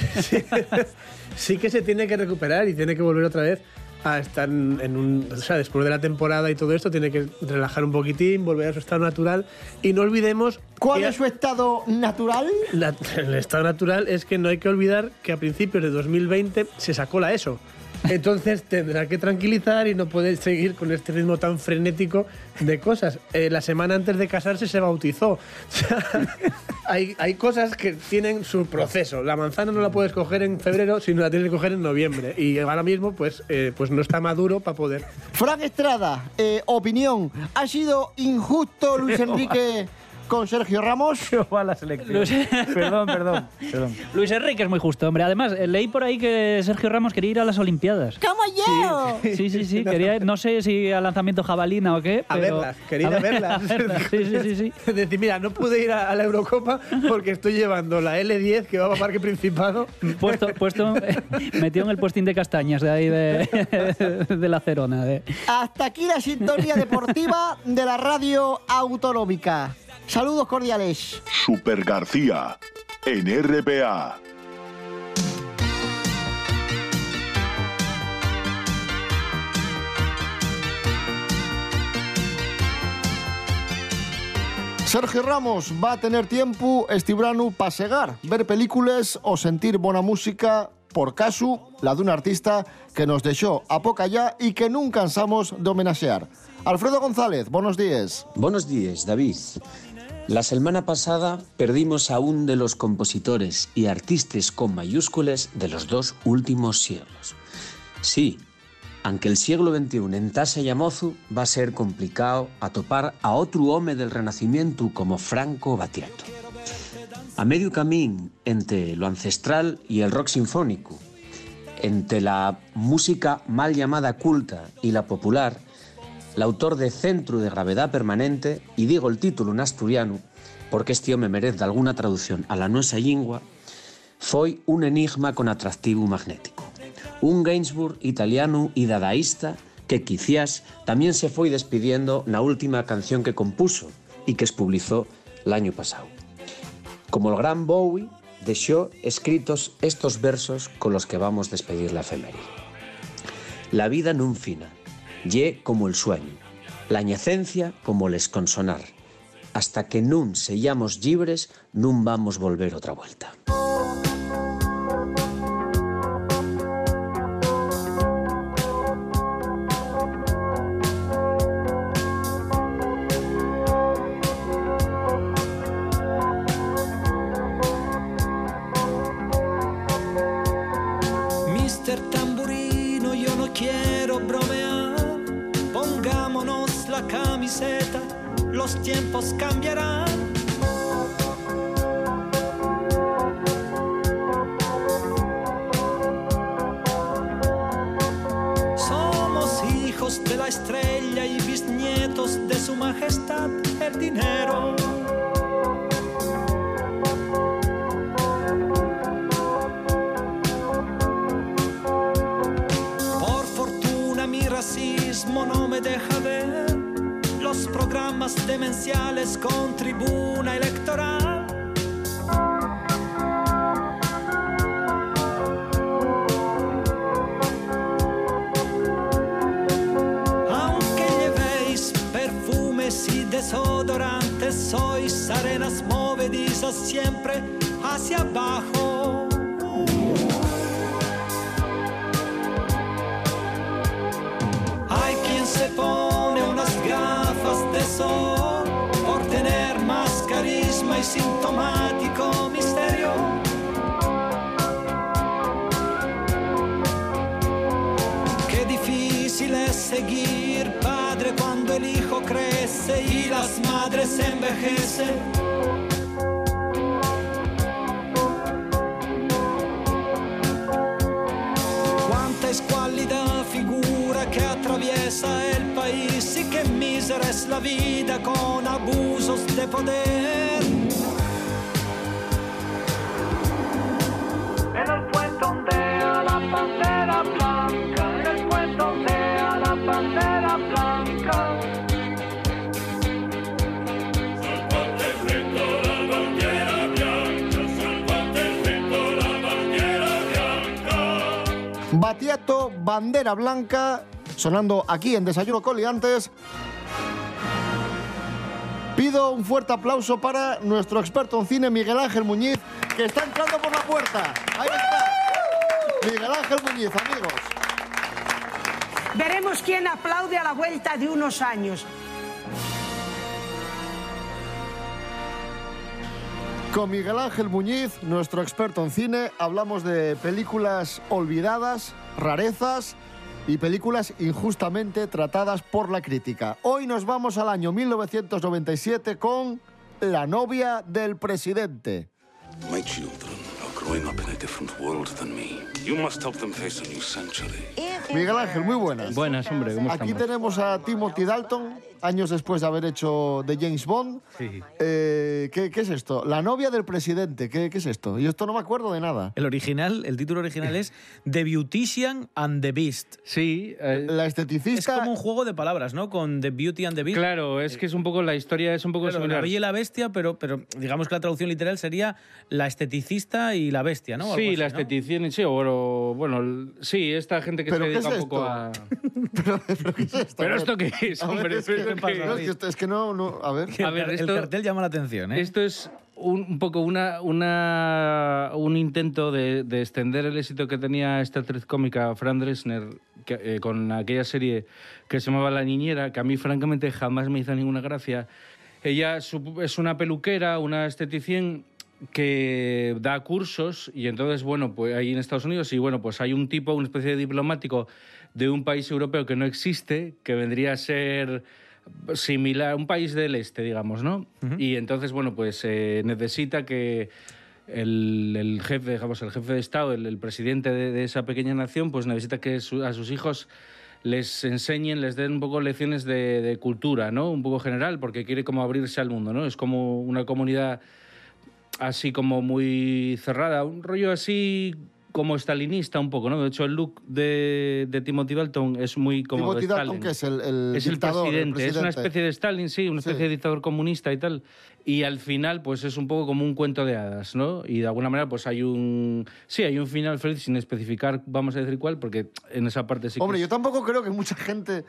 sí que se tiene que recuperar y tiene que volver otra vez a estar o sea, después de la temporada y todo esto, tiene que relajar un poquitín, volver a su estado natural. Y no olvidemos... ¿Cuál es su estado natural? El estado natural es que no hay que olvidar que a principios de 2020 se sacó la ESO. Entonces tendrá que tranquilizar y no puede seguir con este ritmo tan frenético de cosas. La semana antes de casarse se bautizó. O sea, hay cosas que tienen su proceso. La manzana no la puedes coger en febrero, sino la tienes que coger en noviembre. Y ahora mismo pues no está maduro para poder. Frank Estrada, opinión. ¿Ha sido injusto Luis Enrique con Sergio Ramos? Va la selección. Perdón. Luis Enrique es muy justo, hombre. Además, leí por ahí que Sergio Ramos quería ir a las Olimpiadas. ¡Como yo! Sí. Quería, no sé si al lanzamiento jabalina o qué. Pero Quería ir a verlas. Sí. Decir, mira, no pude ir a la Eurocopa porque estoy llevando la L10 que va para Parque Principado. Puesto metió en el postín de castañas de ahí de la Cerona. Hasta aquí la sintonía deportiva de la radio autonómica. Saludos cordiales. Super García, en RPA. Sergio Ramos va a tener tiempo este verano para segar, ver películas o sentir buena música, por caso la de un artista que nos dejó a poca ya y que nunca cansamos de homenajear. Alfredo González, buenos días. Buenos días, David. La semana pasada perdimos a un de los compositores y artistas con mayúsculas de los dos últimos siglos. Sí, aunque el siglo XXI en tasa y mozo, va a ser complicado atopar a otro home del Renacimiento como Franco Battiato. A medio camín entre lo ancestral y el rock sinfónico, entre la música mal llamada culta y la popular, l'autor de Centro de Gravedad Permanente, y digo el título en asturiano porque este home merece alguna traducción a la nuestra lingua, foi un enigma con atractivo magnético. Un Gainsbourg italiano y dadaísta que quizás también se foi despidiendo na última canción que compuso y que publicó el año pasado. Como el gran Bowie, dejó escritos estos versos con los que vamos a despedir la efeméride. La vida nun fina, ye como el sueño, la ñecencia como el esconsonar. Hasta que nun sellamos libres, nun vamos volver otra vuelta. Mister Tamburino, yo no quiero bromear. Pongámonos la camiseta, los tiempos cambiarán. Somos hijos de la estrella y bisnietos de su majestad el dinero. programas demenciales con tribuna electoral. Aunque llevéis perfumes y desodorantes, sois arenas movedizas siempre hacia abajo. Hay quien se pone unas gafas de sol por tener más carisma y sintomático misterio. Qué difícil es seguir padre cuando el hijo crece y las madres envejecen. Quanta escuálida figura que atraviesa el país y qué mísera es la vida con abusos de poder. En el puente ondea la bandera blanca, en el puente ondea la bandera blanca. Salvate el vento la bandera blanca, salvate el vento la bandera blanca. Battiato, bandera blanca, sonando aquí en Desayuno con Liantes. Pido un fuerte aplauso para nuestro experto en cine, Miguel Ángel Muñiz, que está entrando por la puerta. Ahí está. Miguel Ángel Muñiz, amigos. Veremos quién aplaude a la vuelta de unos años. Con Miguel Ángel Muñiz, nuestro experto en cine, hablamos de películas olvidadas, rarezas y películas injustamente tratadas por la crítica. Hoy nos vamos al año 1997 con La novia del presidente. My children are growing up in a different world than me. You must help them face a new century. Miguel Ángel, muy buenas. Buenas, hombre, ¿cómo Aquí estamos? tenemos a Timothy Dalton, años después de haber hecho de James Bond. Sí. ¿Qué es esto? La novia del presidente. ¿Qué es esto? Yo esto no me acuerdo de nada. El título original es The Beautician and the Beast. Sí. La esteticista... Es como un juego de palabras, ¿no? Con The Beauty and the Beast. Claro, es que es un poco la historia, es un poco Claro, similar. La Bella y la Bestia, pero digamos que la traducción literal sería la esteticista y la bestia, ¿no? Sí, Algo la así, ¿no? esteticien, sí, o bueno, sí, esta gente que se ¿Pero qué dedica es un poco esto? a... ¿Pero qué es esto? ¿Pero A esto ver. qué es, A ver, hombre? es que- ¿Pero qué no, es? es que no... A ver. A ver, el cartel llama la atención, ¿eh? Esto es un poco un intento de extender el éxito que tenía esta actriz cómica Fran Drescher con aquella serie que se llamaba La Niñera, que a mí francamente jamás me hizo ninguna gracia. Ella es una peluquera, una esteticien que da cursos y entonces, bueno, pues ahí en Estados Unidos y bueno, pues hay un tipo, una especie de diplomático de un país europeo que no existe, que vendría a ser similar, un país del este, digamos, ¿no? Y entonces, bueno, pues necesita que el jefe, digamos, el jefe de Estado, el presidente de esa pequeña nación, pues necesita que a sus hijos les enseñen, les den un poco lecciones de cultura, ¿no? Un poco general, porque quiere como abrirse al mundo, ¿no? Es como una comunidad así como muy cerrada, un rollo así como stalinista un poco, ¿no? De hecho, el look de Timothy Dalton es muy como Timothy de Dalton, Stalin. que es el Es dictador, presidente, es una especie de Stalin, sí, una especie de dictador comunista y tal. Y al final, pues es un poco como un cuento de hadas, ¿no? Y de alguna manera, pues hay un final feliz sin especificar, vamos a decir cuál, porque en esa parte sí que... Hombre, yo tampoco creo que mucha gente...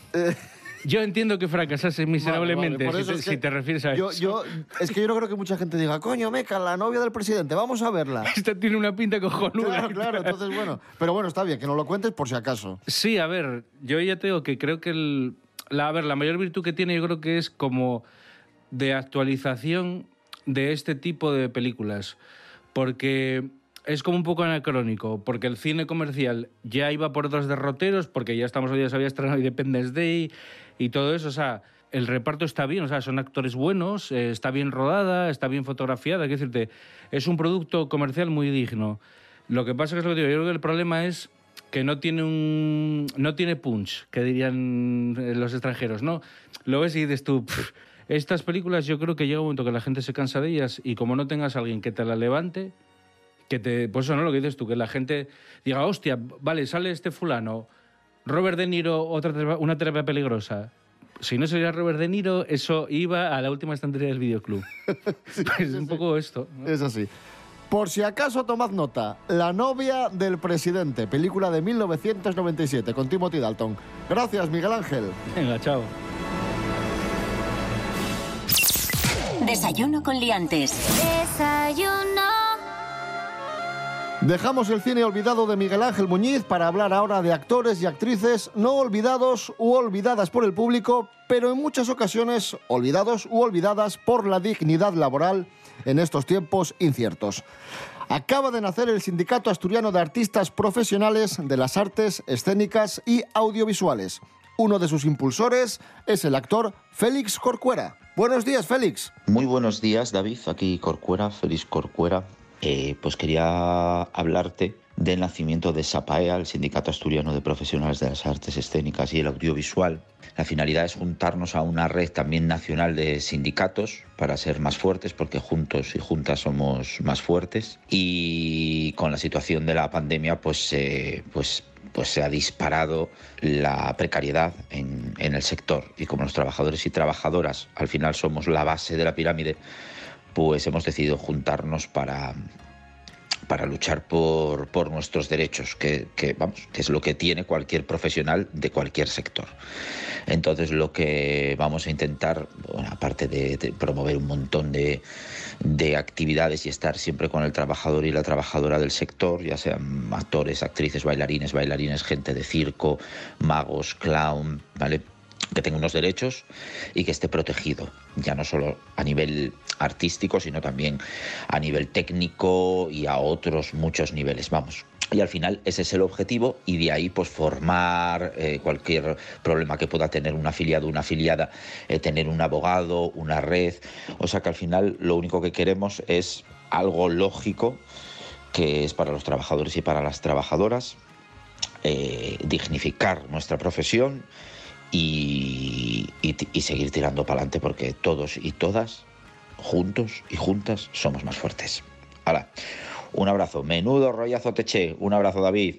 Yo entiendo que fracasase miserablemente, Vale, por eso es que si te refieres a eso. Es que yo no creo que mucha gente diga, coño, Meca, la novia del presidente, vamos a verla. Esta tiene una pinta cojonuda. Claro, entonces bueno. Pero bueno, está bien, que no lo cuentes por si acaso. Sí, a ver, yo ya te digo que creo que la mayor virtud que tiene yo creo que es como de actualización de este tipo de películas. Porque es como un poco anacrónico, porque el cine comercial ya iba por otros derroteros, porque ya estamos hoy, ya se había estrenado Independence Day y todo eso, o sea, el reparto está bien, o sea, son actores buenos, está bien rodada, está bien fotografiada, quiero decirte, es un producto comercial muy digno. Lo que pasa es que yo creo que el problema es que no tiene punch, que dirían los extranjeros, ¿no? Lo ves y dices tú, estas películas yo creo que llega un momento que la gente se cansa de ellas y como no tengas a alguien que te la levante, pues eso, ¿no? Lo que dices tú, que la gente diga, hostia, vale, sale este fulano, Robert De Niro, una terapia peligrosa. si no sería Robert De Niro, eso iba a la última estantería del videoclub. Es un poco esto, ¿no? Es así. Por si acaso, tomad nota. La novia del presidente, película de 1997, con Timothy Dalton. Gracias, Miguel Ángel. Venga, chao. Desayuno con liantes. Desayuno. Dejamos el cine olvidado de Miguel Ángel Muñiz para hablar ahora de actores y actrices no olvidados u olvidadas por el público, pero en muchas ocasiones olvidados u olvidadas por la dignidad laboral en estos tiempos inciertos. Acaba de nacer el Sindicato Asturiano de Artistas Profesionales de las Artes Escénicas y Audiovisuales. Uno de sus impulsores es el actor Félix Corcuera. Buenos días, Félix. Muy buenos días, David. Aquí Corcuera, Félix Corcuera. Pues quería hablarte del nacimiento de SAPAEA, el Sindicato Asturiano de Profesionales de las Artes Escénicas y el Audiovisual. La finalidad es juntarnos a una red también nacional de sindicatos para ser más fuertes, porque juntos y juntas somos más fuertes. Y con la situación de la pandemia, pues se ha disparado la precariedad en el sector. Y como los trabajadores y trabajadoras al final somos la base de la pirámide, pues hemos decidido juntarnos para luchar por nuestros derechos, que es lo que tiene cualquier profesional de cualquier sector. Entonces lo que vamos a intentar, bueno, aparte de promover un montón de actividades y estar siempre con el trabajador y la trabajadora del sector, ya sean actores, actrices, bailarines, gente de circo, magos, clown, ¿vale?, que tenga unos derechos y que esté protegido, ya no solo a nivel artístico, sino también a nivel técnico y a otros muchos niveles, vamos. Y al final ese es el objetivo, y de ahí pues formar cualquier problema que pueda tener un afiliado o una afiliada, tener un abogado, una red. O sea que al final lo único que queremos es algo lógico, que es para los trabajadores y para las trabajadoras, dignificar nuestra profesión y seguir tirando para adelante, porque todos y todas, juntos y juntas, somos más fuertes. ¡Hala! Un abrazo. Menudo rollazo te eché. Un abrazo, David.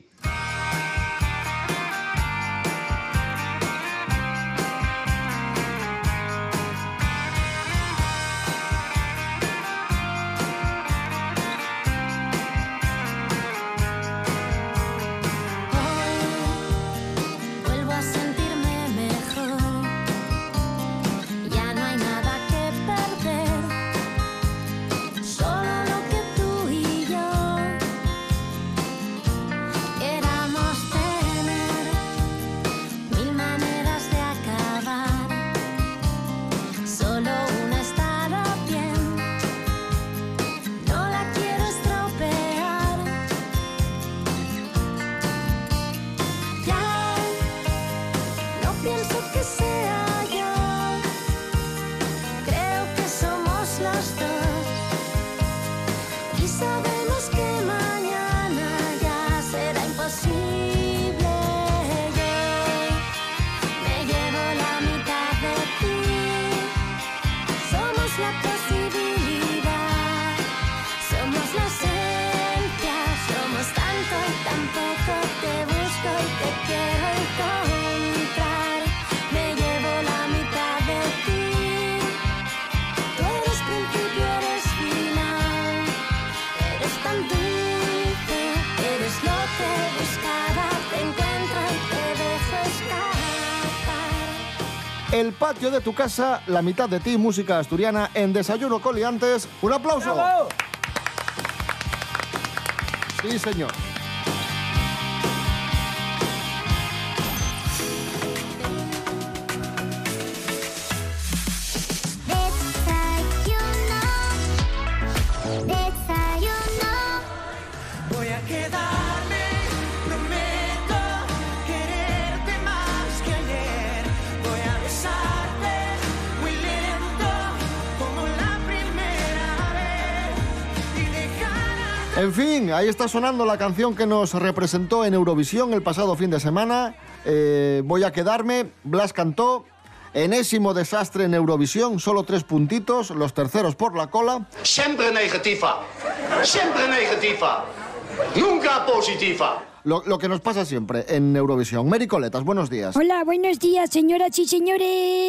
El patio de tu casa, la mitad de ti, música asturiana en Desayuno con Liantes. ¡Un aplauso! ¡Bravo! Sí, señor. Voy a quedarme, prometo quererte más que ayer. Voy a besarte muy lento como la primera vez y dejar. En fin, ahí está sonando la canción que nos representó en Eurovisión el pasado fin de semana. Voy a quedarme. Blas cantó. Enésimo desastre en Eurovisión, solo 3 puntitos, los terceros por la cola. Siempre negativa, nunca positiva. lo que nos pasa siempre en Eurovisión. Mary Coletas, buenos días. Hola, buenos días, señoras y señores.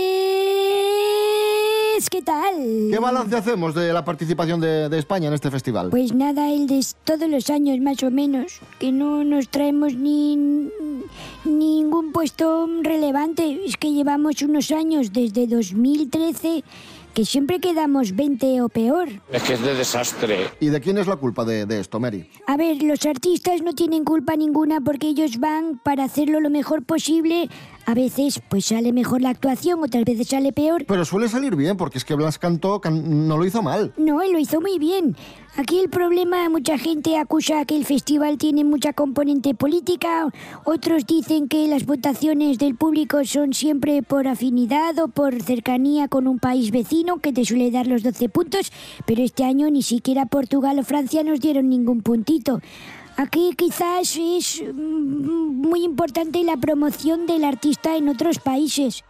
¿Qué tal? ¿Qué balance hacemos de la participación de España en este festival? Pues nada, el de todos los años más o menos, que no nos traemos ningún puesto relevante. Es que llevamos unos años, desde 2013, que siempre quedamos 20 o peor. Es que es de desastre. ¿Y de quién es la culpa de esto, Mary? A ver, los artistas no tienen culpa ninguna porque ellos van para hacerlo lo mejor posible. A veces pues sale mejor la actuación, otras veces sale peor. Pero suele salir bien, porque es que Blas Cantó no lo hizo mal. No, él lo hizo muy bien. Aquí el problema, mucha gente acusa que el festival tiene mucha componente política, otros dicen que las votaciones del público son siempre por afinidad o por cercanía con un país vecino que te suele dar los 12 puntos, pero este año ni siquiera Portugal o Francia nos dieron ningún puntito. Aquí quizás es muy importante la promoción del artista en otros países.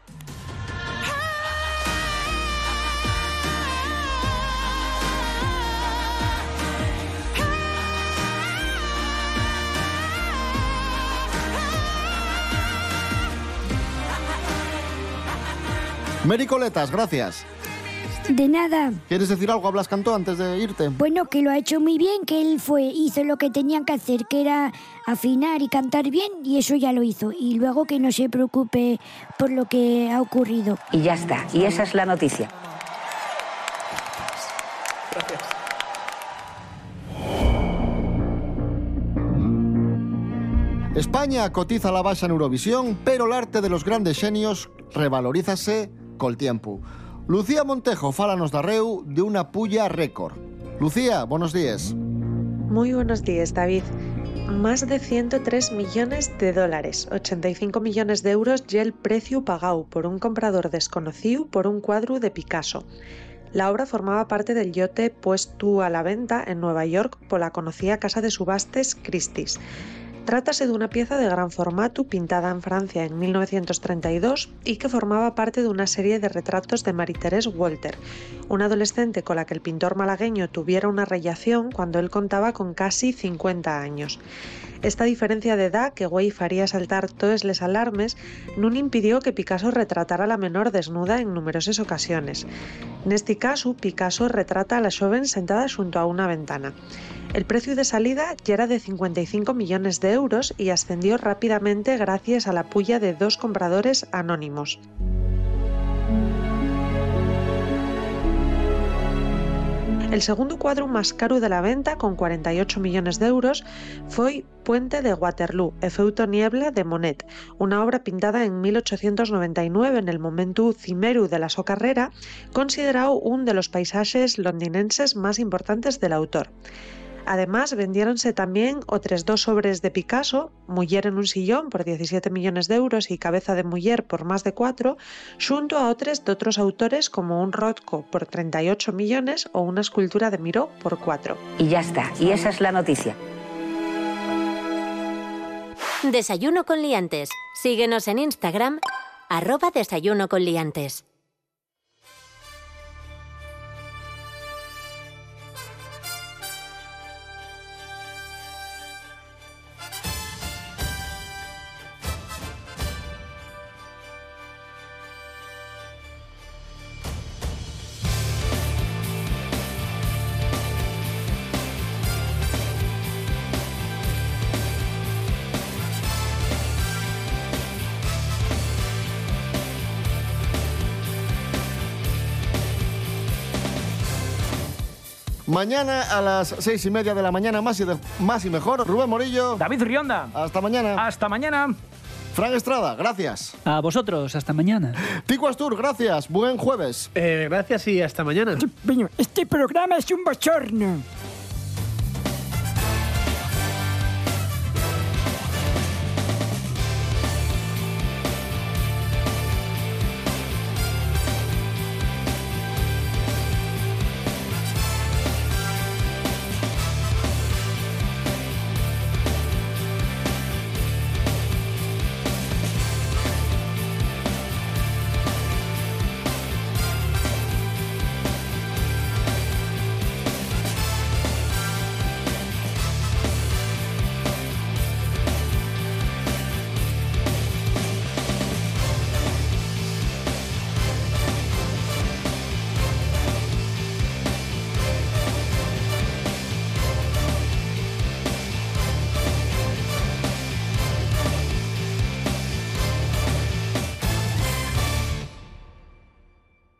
Mary Coletas, gracias. De nada. ¿Quieres decir algo a Blas Cantó antes de irte? Bueno, que lo ha hecho muy bien, que él hizo lo que tenían que hacer, que era afinar y cantar bien, y eso ya lo hizo. Y luego que no se preocupe por lo que ha ocurrido. Y ya está, y esa es la noticia. Gracias. España cotiza a la baixa en Eurovisión, pero el arte de los grandes xenios revalorízase col tiempo. Lucía Montejo, fálanos darreu de una puya récord. Lucía, buenos días. Muy buenos días, David. Más de 103 millones de dólares, 85 millones de euros y el precio pagado por un comprador desconocido por un cuadro de Picasso. La obra formaba parte del yote puesto a la venta en Nueva York por la conocida casa de subastes Christie's. Trátase de una pieza de gran formato pintada en Francia en 1932 y que formaba parte de una serie de retratos de Marie-Thérèse Walter, una adolescente con la que el pintor malagueño tuviera una relación cuando él contaba con casi 50 años. Esta diferencia de edad, que güey faría saltar todas les alarmes, no impidió que Picasso retratara a la menor desnuda en numerosas ocasiones. En este caso, Picasso retrata a la joven sentada junto a una ventana. El precio de salida ya era de 55 millones de euros y ascendió rápidamente gracias a la puya de dos compradores anónimos. El segundo cuadro más caro de la venta, con 48 millones de euros, fue Puente de Waterloo, Efeuto Niebla de Monet, una obra pintada en 1899 en el momento cimeru de la so carrera, considerado uno de los paisajes londinenses más importantes del autor. Además, vendiéronse también otras dos obras de Picasso, Muller en un sillón por 17 millones de euros y Cabeza de muller por más de 4, junto a otras de otros autores como un Rothko por 38 millones o una escultura de Miró por 4. Y ya está, y esa es la noticia. Desayuno con liantes. Síguenos en Instagram, @desayunoconliantes. Mañana a las 6:30 de la mañana, más y mejor. Rubén Morillo. David Rionda. Hasta mañana. Hasta mañana. Fran Estrada, gracias. A vosotros, hasta mañana. Tico Astur, gracias. Buen jueves. Gracias y hasta mañana. Bueno, este programa es un bochorno.